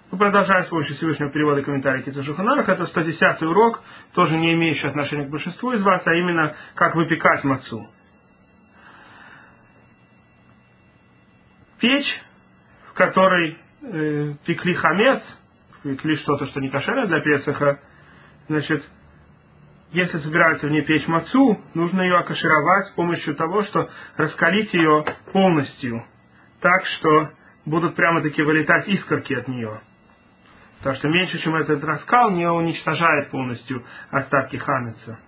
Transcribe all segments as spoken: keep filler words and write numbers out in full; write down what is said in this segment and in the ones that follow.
Мы продолжаем с помощью Всевышнего перевода комментария Кицур Шулхан Арух. Это сто десятый урок, тоже не имеющий отношения к большинству из вас, а именно как выпекать мацу. Печь, в которой э, пекли хамец, пекли что-то, что не кошерное для Песаха, значит, если собираются в ней печь мацу, нужно ее окашировать с помощью того, что раскалить ее полностью, так что будут прямо-таки вылетать искорки от нее. Потому что меньше, чем этот раскал, не уничтожает полностью остатки хамеца.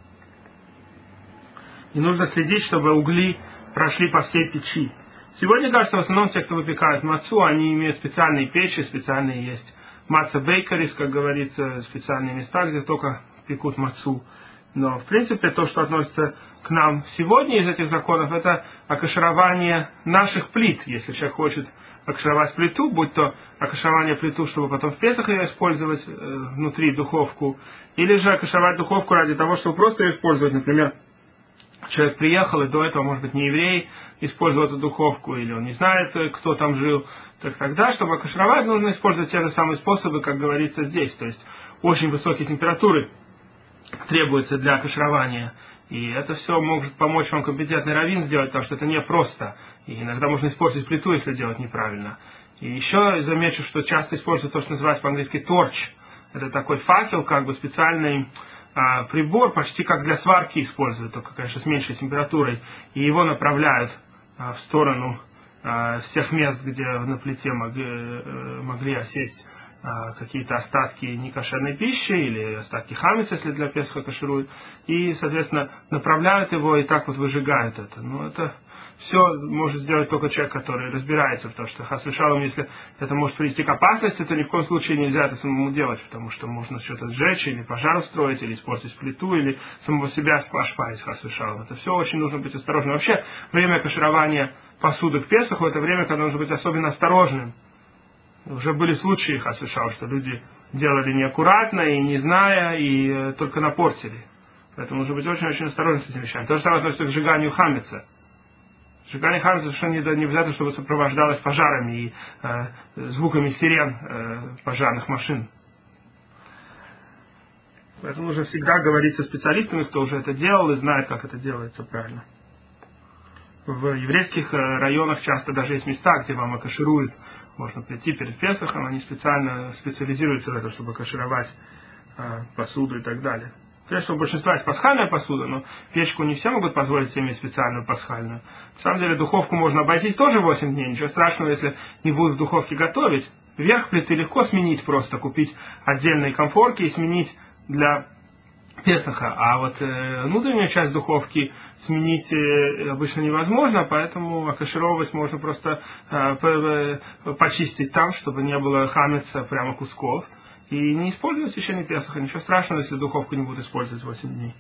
И нужно следить, чтобы угли прошли по всей печи. Сегодня, кажется, в основном те, кто выпекают мацу, они имеют специальные печи, специальные есть маца бейкерис, как говорится, специальные места, где только пекут мацу. Но, в принципе, то, что относится к нам сегодня из этих законов, это окаширование наших плит. Если человек хочет окашировать плиту, будь то окаширование плиту, чтобы потом в Песах ее использовать э, внутри духовку, или же окашировать духовку ради того, чтобы просто ее использовать. Например, человек приехал, и до этого, может быть, не еврей, использовал эту духовку, или он не знает, кто там жил, так тогда, чтобы окашировать, нужно использовать те же самые способы, как говорится здесь. То есть очень высокие температуры требуются для окаширования. И это все может помочь вам компетентный раввин сделать, потому что это непросто. И иногда можно испортить плиту, если делать неправильно. И еще замечу, что часто используют то, что называется по-английски торч. Это такой факел, как бы специальный а, прибор, почти как для сварки используют, только, конечно, с меньшей температурой. И его направляют а, в сторону а, всех мест, где на плите могли, э, могли осесть какие-то остатки некошерной пищи или остатки хамеца, если для Песаха кашируют, и, соответственно, направляют его и так вот выжигают это. Но это все может сделать только человек, который разбирается, потому что хас вешалом, если это может привести к опасности, то ни в коем случае нельзя это самому делать, потому что можно что-то сжечь, или пожар устроить, или испортить плиту, или самого себя ошпарить хас вешалом. Это все очень нужно быть осторожным. Вообще, время каширования посуды к Песаху, это время, когда нужно быть особенно осторожным. Уже были случаи, хас вешалом, что люди делали неаккуратно и не зная, и э, только напортили. Поэтому нужно быть очень-очень осторожным с этими вещами. То же самое относится к сжиганию хамеца. Сжигание хамеца совершенно не, не обязательно, чтобы сопровождалось пожарами и э, звуками сирен э, пожарных машин. Поэтому нужно всегда говорить со специалистами, кто уже это делал и знает, как это делается правильно. В еврейских районах часто даже есть места, где вам акашируют. Можно прийти перед Песахом, они специально специализируются в этом, чтобы кашировать э, посуду и так далее. Конечно, у большинства есть пасхальная посуда, но печку не все могут позволить себе иметь специальную пасхальную. На самом деле духовку можно обойтись тоже восемь дней, ничего страшного, если не будут в духовке готовить. Верх плиты легко сменить просто, купить отдельные комфорки и сменить для Песаха, а вот э, внутреннюю часть духовки сменить э, обычно невозможно, поэтому окашировать можно просто э, по, по, почистить там, чтобы не было хамеца прямо кусков, и не использовать священный Песаха. Ничего страшного, если духовку не будут использовать восемь дней.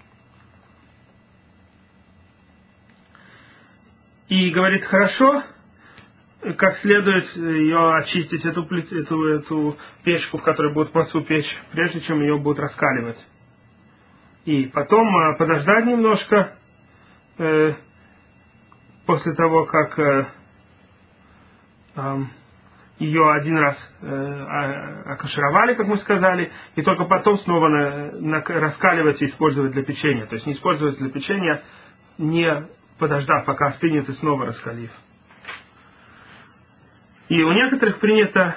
И говорит, хорошо, как следует ее очистить, эту, эту, эту печку, в которой будут мацу печь, прежде чем ее будут раскаливать. И потом э, подождать немножко, э, после того, как э, э, ее один раз э, окашировали, как мы сказали, и только потом снова на, на, раскаливать и использовать для печенья. То есть не использовать для печенья, не подождав, пока остынет, и снова раскалив. И у некоторых принято,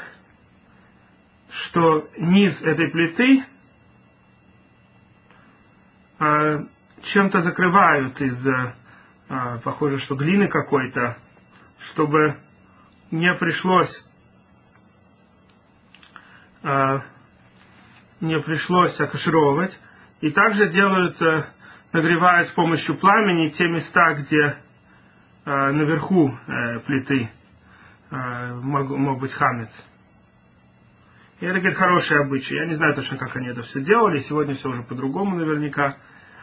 что низ этой плиты чем-то закрывают из, похоже, что глины какой-то, чтобы не пришлось не пришлось окашировывать. И также делают, нагревают с помощью пламени те места, где наверху плиты мог, мог быть хамец. И это, говорит, хороший обычай. Я не знаю точно, как они это все делали. Сегодня все уже по-другому наверняка.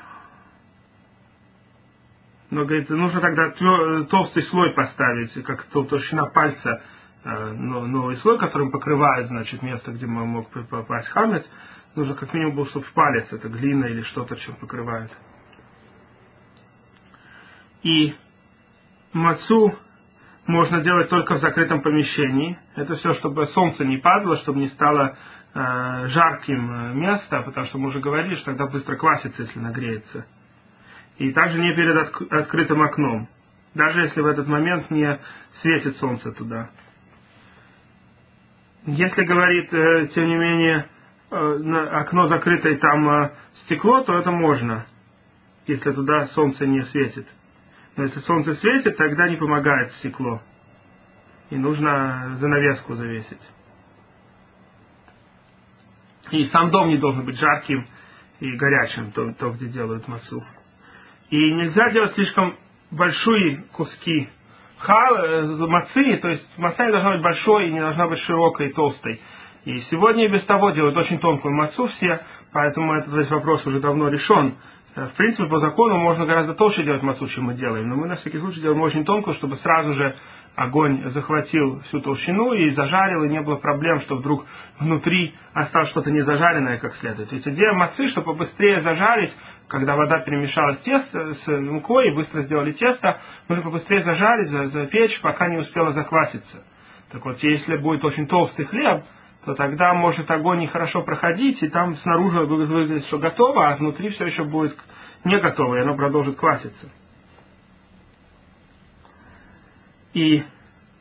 Но, говорит, нужно тогда толстый слой поставить, как толщина пальца, новый слой, которым покрывает, значит, место, где мог попасть хамец. Нужно как минимум был, чтобы в палец, это глина или что-то, чем покрывают. И мацу можно делать только в закрытом помещении. Это все, чтобы солнце не падало, чтобы не стало э, жарким место, потому что мы уже говорили, что тогда быстро квасится, если нагреется. И также не перед отк- открытым окном, даже если в этот момент не светит солнце туда. Если говорит, э, тем не менее, э, на окно закрыто и там э, стекло, то это можно, если туда солнце не светит. Но если солнце светит, тогда не помогает стекло. И нужно занавеску завесить. И сам дом не должен быть жарким и горячим, то, то где делают мацу. И нельзя делать слишком большие куски хал, мацы, то есть маца не должна быть большой и не должна быть широкой и толстой. И сегодня и без того делают очень тонкую мацу все, поэтому этот вопрос уже давно решен. В принципе, по закону можно гораздо толще делать мацу, чем мы делаем, но мы на всякий случай делаем очень тонкую, чтобы сразу же огонь захватил всю толщину и зажарил, и не было проблем, что вдруг внутри осталось что-то не зажаренное как следует. То есть идея мацы, чтобы побыстрее зажарить, когда вода перемешалась с, тесто, с мукой, и быстро сделали тесто, нужно побыстрее зажарить, запечь, пока не успела закваситься. Так вот, если будет очень толстый хлеб, то тогда может огонь нехорошо проходить, и там снаружи выглядит, что готово, а внутри все еще будет не готово, и оно продолжит кваситься. И э,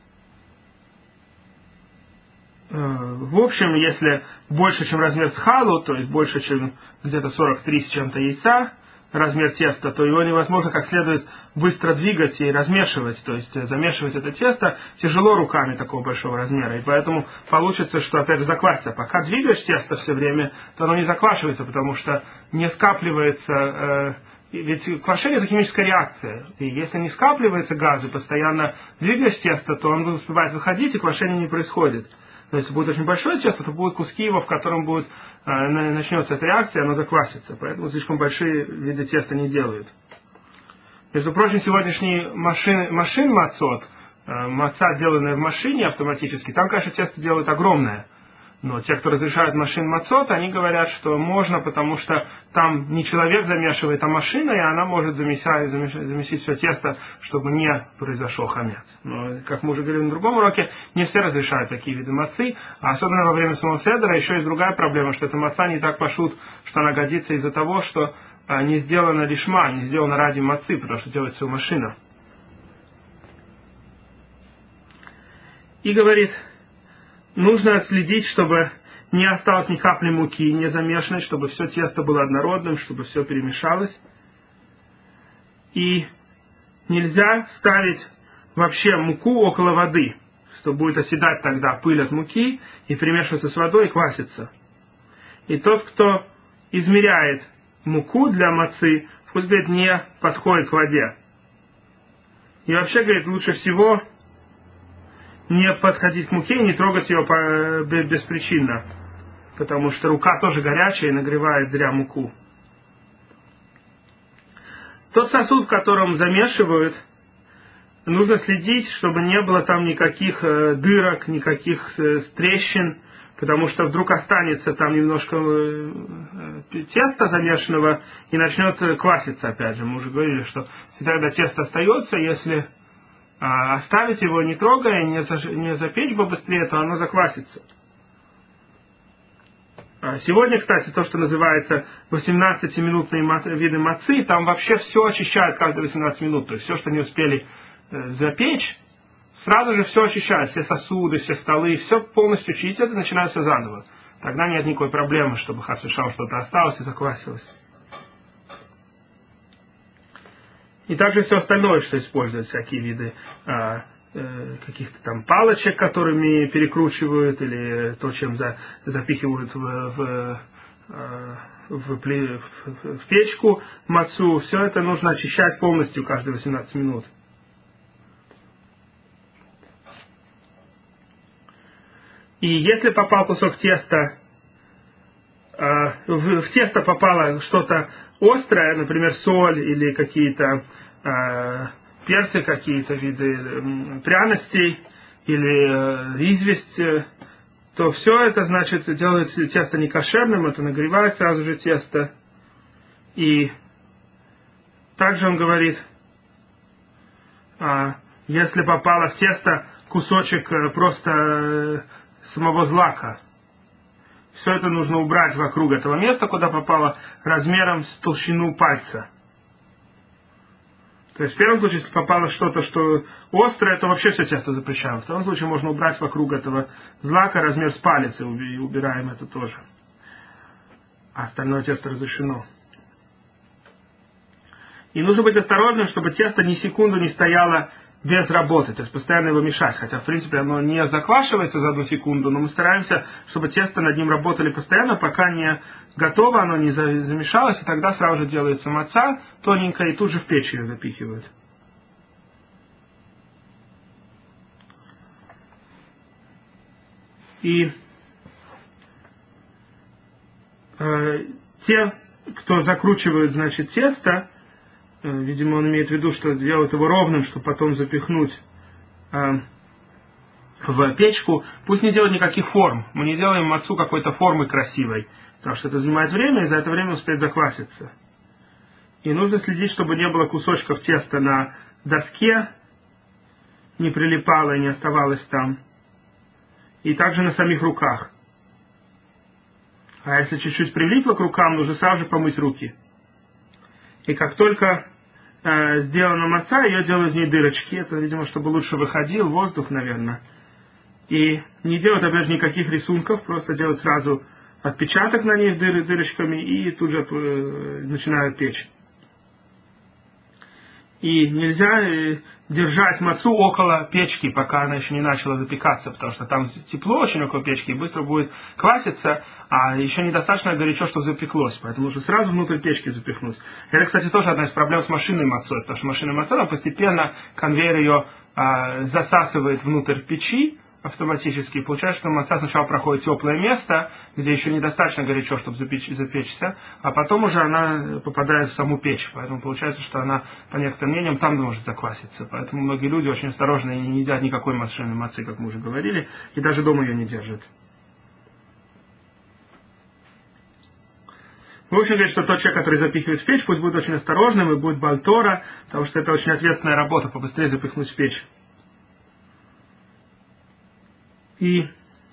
в общем, если больше, чем размер схалу, то есть больше, чем где-то сорок три с чем-то яйца, размер теста, то его невозможно как следует быстро двигать и размешивать, то есть замешивать это тесто тяжело руками такого большого размера, и поэтому получится, что опять же заквасится. Пока двигаешь тесто все время, то оно не заквашивается, потому что не скапливается, э, ведь квашение это химическая реакция, и если не скапливается газы, постоянно двигаешь тесто, то он успевает выходить, и квашение не происходит. Но если будет очень большое тесто, то будут куски его, в котором будет, э, начнется эта реакция, оно заквасится. Поэтому слишком большие виды теста не делают. Между прочим, сегодняшние машины, машин мацот, э, маца, деланная в машине автоматически, там, конечно, тесто делают огромное. Но те, кто разрешают машин мацот, они говорят, что можно, потому что там не человек замешивает, а машина, и она может замесить, замесить, замесить все тесто, чтобы не произошел хамец. Но, как мы уже говорили на другом уроке, не все разрешают такие виды мацы, а особенно во время самого седера еще есть другая проблема, что эта маца не так пашут, что она годится из-за того, что не сделана лишма, не сделана ради мацы, потому что делает все машина. И говорит, нужно следить, чтобы не осталось ни капли муки, не замешанной, чтобы все тесто было однородным, чтобы все перемешалось. И нельзя ставить вообще муку около воды, что будет оседать тогда пыль от муки и перемешиваться с водой и кваситься. И тот, кто измеряет муку для мацы, пусть, говорит, не подходит к воде. И вообще, говорит, лучше всего не подходить к муке и не трогать ее беспричинно, потому что рука тоже горячая и нагревает зря муку. Тот сосуд, в котором замешивают, нужно следить, чтобы не было там никаких дырок, никаких трещин, потому что вдруг останется там немножко теста замешанного и начнет кваситься опять же. Мы уже говорили, что всегда, когда тесто остается, если оставить его не трогая, не, заж... не запечь бы быстрее, то оно заквасится. Сегодня, кстати, то, что называется восемнадцатиминутные ма... виды мацы, там вообще все очищают каждые восемнадцать минут. То есть все, что не успели э, запечь, сразу же все очищают. Все сосуды, все столы, все полностью чистят и начинают все заново. Тогда нет никакой проблемы, чтобы хас вишам что-то осталось и заквасилось. И также все остальное, что используют, всякие виды а, э, каких-то там палочек, которыми перекручивают, или то, чем за, запихивают в, в, в, в, в печку мацу, все это нужно очищать полностью каждые восемнадцать минут. И если попал кусок теста, э, в, в тесто попало что-то острое, например, соль или какие-то э, перцы, какие-то виды э, пряностей или э, известь, э, то все это, значит, делает тесто некошерным, это нагревает сразу же тесто. И также он говорит, э, если попало в тесто кусочек просто самого злака, все это нужно убрать вокруг этого места, куда попало, размером с толщину пальца. То есть в первом случае, если попало что-то, что острое, то вообще все тесто запрещаем. В втором случае можно убрать вокруг этого злака размер с палец, и убираем это тоже. А остальное тесто разрешено. И нужно быть осторожным, чтобы тесто ни секунду не стояло без работы, то есть постоянно его мешать. Хотя, в принципе, оно не заквашивается за одну секунду, но мы стараемся, чтобы тесто над ним работали постоянно, пока не готово, оно не замешалось, и тогда сразу же делается маца тоненькая, и тут же в печь ее запихивают. И э, те, кто закручивают, значит, тесто, видимо, он имеет в виду, что делают его ровным, чтобы потом запихнуть э, в печку. Пусть не делают никаких форм. Мы не делаем мацу какой-то формы красивой, потому что это занимает время, и за это время успеет закваситься. И нужно следить, чтобы не было кусочков теста на доске, не прилипало и не оставалось там. И также на самих руках. А если чуть-чуть прилипло к рукам, нужно сразу же помыть руки. И как только э, сделана маца, ее делают из ней дырочки. Это, видимо, чтобы лучше выходил воздух, наверное. И не делают, опять же, никаких рисунков, просто делают сразу отпечаток на ней с дыр, дырочками и тут же э, начинают печь. И нельзя э, держать мацу около печки, пока она еще не начала запекаться, потому что там тепло очень около печки, и быстро будет кваситься, а еще недостаточно горячо, чтобы запеклось, поэтому нужно сразу внутрь печки запихнуть. Это, кстати, тоже одна из проблем с машинной мацой, потому что машинная маца, постепенно конвейер ее э, засасывает внутрь печи автоматически, и получается, что маца сначала проходит теплое место, где еще недостаточно горячо, чтобы запечь, запечься, а потом уже она попадает в саму печь, поэтому получается, что она, по некоторым мнениям, там может закваситься. Поэтому многие люди очень осторожны и не едят никакой машинной мацы, как мы уже говорили, и даже дома ее не держат. В общем, говорит, что тот человек, который запихивает в печь, пусть будет очень осторожным и будет бальтора, потому что это очень ответственная работа, побыстрее запихнуть в печь. И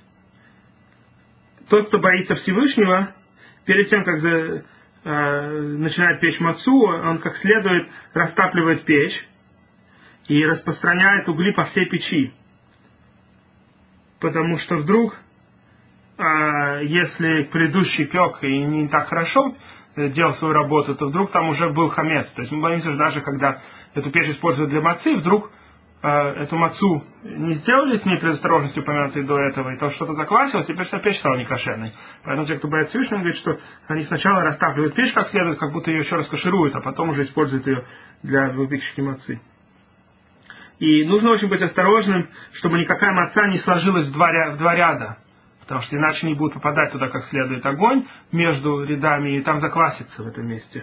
тот, кто боится Всевышнего, перед тем, как за, э, начинает печь мацу, он как следует растапливает печь и распространяет угли по всей печи. Потому что вдруг, э, если предыдущий пек и не так хорошо делал свою работу, то вдруг там уже был хамец. То есть мы боимся, что даже когда эту печь используют для мацы, вдруг эту мацу не сделали с ней предосторожностью, упомянутой до этого, и то что-то заквасилось, теперь вся печь стала некошерной. Поэтому те, кто боится Всевышнего, говорит, что они сначала растапливают печь как следует, как будто ее еще раз кашируют, а потом уже используют ее для выпечки мацы. И нужно очень быть осторожным, чтобы никакая маца не сложилась в два, в два ряда, потому что иначе не будет попадать туда как следует огонь между рядами, и там заквасится в этом месте.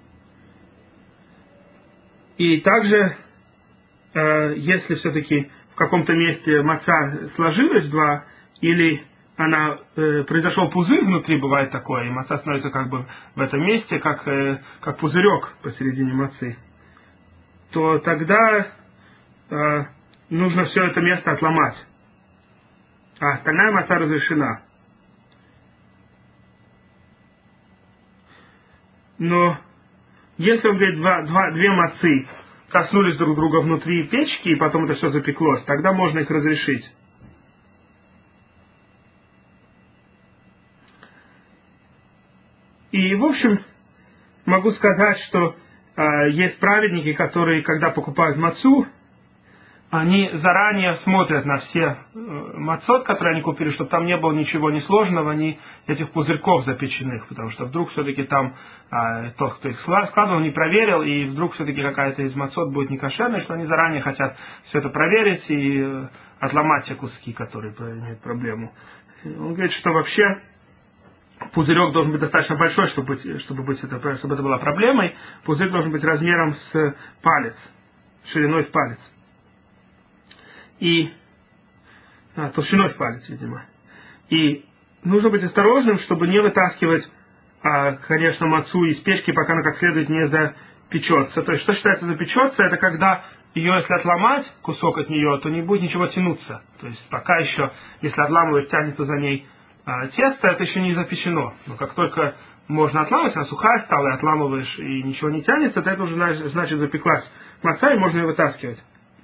И также если все-таки в каком-то месте маца сложилась два, или она, э, произошел пузырь внутри, бывает такое, и маца становится как бы в этом месте, как, э, как пузырек посередине мацы, то тогда э, нужно все это место отломать. А остальная маца разрешена. Но если он говорит два, два, две мацы коснулись друг друга внутри печки, и потом это все запеклось, тогда можно их разрешить. И, в общем, могу сказать, что э, есть праведники, которые, когда покупают мацу, они заранее смотрят на все э, мацот, которые они купили, чтобы там не было ничего ни сложного, ни этих пузырьков запеченных, потому что вдруг все-таки там э, тот, кто их складывал, не проверил, и вдруг все-таки какая-то из мацот будет некошерной, что они заранее хотят все это проверить и э, отломать те куски, которые имеют проблему. Он говорит, что вообще пузырек должен быть достаточно большой, чтобы, быть, чтобы, быть это, чтобы это была проблемой. Пузырь должен быть размером с палец, шириной в палец. И а, толщиной в палец, видимо. И нужно быть осторожным, чтобы не вытаскивать, а, конечно, мацу из печки, пока она как следует не запечется. То есть, что считается запечется, это когда ее, если отломать кусок от нее, то не будет ничего тянуться. То есть пока еще, если отламывать, тянется за ней э, тесто, это еще не запечено. Но как только можно отламывать, она сухая стала, и отламываешь, и ничего не тянется, то это уже значит, значит запеклась маца, и можно ее вытаскивать.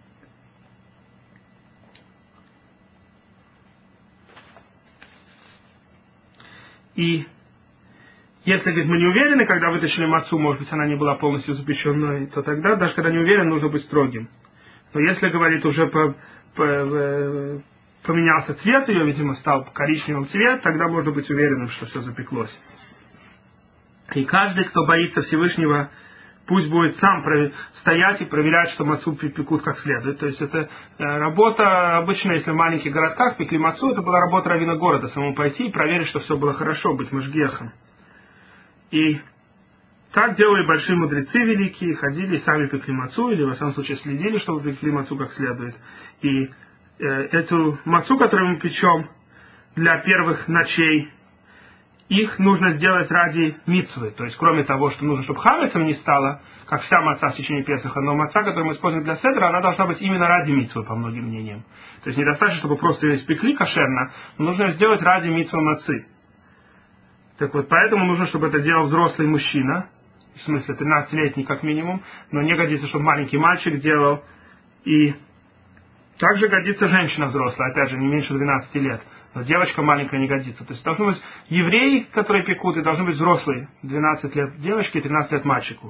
И если, говорит, мы не уверены, когда вытащили мацу, может быть, она не была полностью запеченной, то тогда, даже когда не уверен, нужно быть строгим. Но если, говорит, уже по, по, поменялся цвет ее, видимо, стал коричневым цвет, тогда можно быть уверенным, что все запеклось. И каждый, кто боится Всевышнего, пусть будет сам стоять и проверять, что мацу пекут как следует. То есть это работа, обычно, если в маленьких городках пекли мацу, это была работа раввина города, самому пойти и проверить, что все было хорошо, быть машгехом. И так делали большие мудрецы великие, ходили и сами пекли мацу, или, во всяком случае, следили, чтобы пекли мацу как следует. И э, эту мацу, которую мы печем для первых ночей, их нужно сделать ради мицвы. То есть, кроме того, что нужно, чтобы хамецом не стало, как вся маца в течение Песаха, но маца, которую мы используем для седра, она должна быть именно ради мицвы, по многим мнениям. То есть, недостаточно, чтобы просто ее испекли кошерно, но нужно сделать ради мицвы мацы. Так вот, поэтому нужно, чтобы это делал взрослый мужчина, в смысле тринадцатилетний как минимум, но не годится, чтобы маленький мальчик делал. И также годится женщина взрослая, опять же, не меньше двенадцати лет. Но девочка маленькая не годится. То есть должны быть евреи, которые пекут, и должны быть взрослые, двенадцать лет девочке и тринадцать лет мальчику.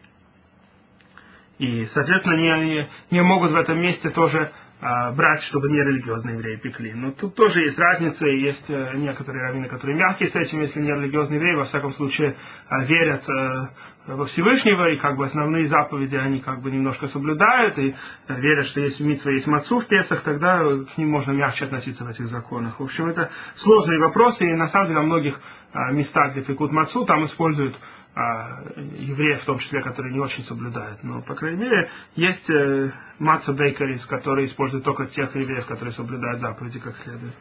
И, соответственно, не, не, не могут в этом месте тоже а, брать, чтобы нерелигиозные евреи пекли. Но тут тоже есть разница, и есть а, некоторые раввины, которые мягкие с этим, если нерелигиозные евреи, во всяком случае, а, верят а, во Всевышнего, и как бы основные заповеди они как бы немножко соблюдают, и а, верят, что есть мицва, есть мацу в Песах, тогда к ним можно мягче относиться в этих законах. В общем, это сложные вопросы, и на самом деле во многих а, местах, где пекут мацу, там используют А, евреев, в том числе, которые не очень соблюдают. Но, по крайней мере, есть э, маца бейкерис, которые используют только тех евреев, которые соблюдают заповеди как следует.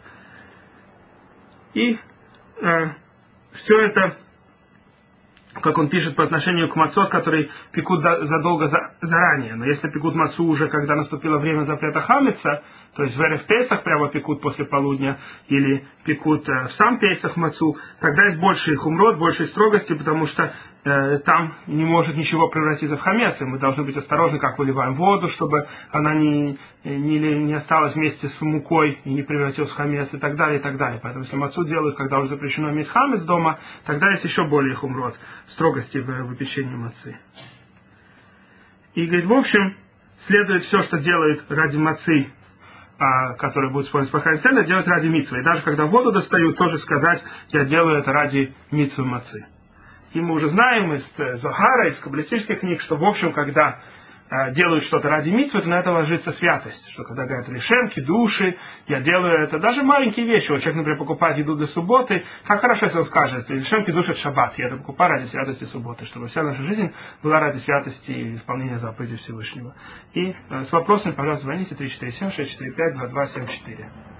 И э, все это, как он пишет, по отношению к мацот, которые пекут до, задолго за, заранее. Но если пекут мацу уже, когда наступило время запрета хамеца, то есть в эрев Песах прямо пекут после полудня, или пекут э, в сам Песах мацу, тогда есть больше хумрот, больше строгости, потому что э, там не может ничего превратиться в хамец, и мы должны быть осторожны, как выливаем воду, чтобы она не, не, не осталась вместе с мукой и не превратилась в хамец, и так далее, и так далее. Поэтому если мацу делают, когда уже запрещено иметь хамец дома, тогда есть еще более хумрот, строгости в выпечении мацы. И говорит, в общем, следует все, что делает ради мацы, который будет использовать по хайнстенду, делать ради мицвы. И даже когда воду достают, тоже сказать, я делаю это ради мицвы мацы. И мы уже знаем из Зохара, из каббалистических книг, что, в общем, когда э, делают что-то ради мицвы, то на это ложится святость. Что когда говорят решемки, души, я делаю это, даже маленькие вещи. Вот человек, например, покупает еду для субботы, как хорошо, если он скажет, решемки, души, шаббат, я это покупаю ради святости субботы, чтобы вся наша жизнь была ради святости и исполнения заповедей Всевышнего. И э, с вопросами, пожалуйста, звоните три четыре семь шесть четыре пять два два семь четыре.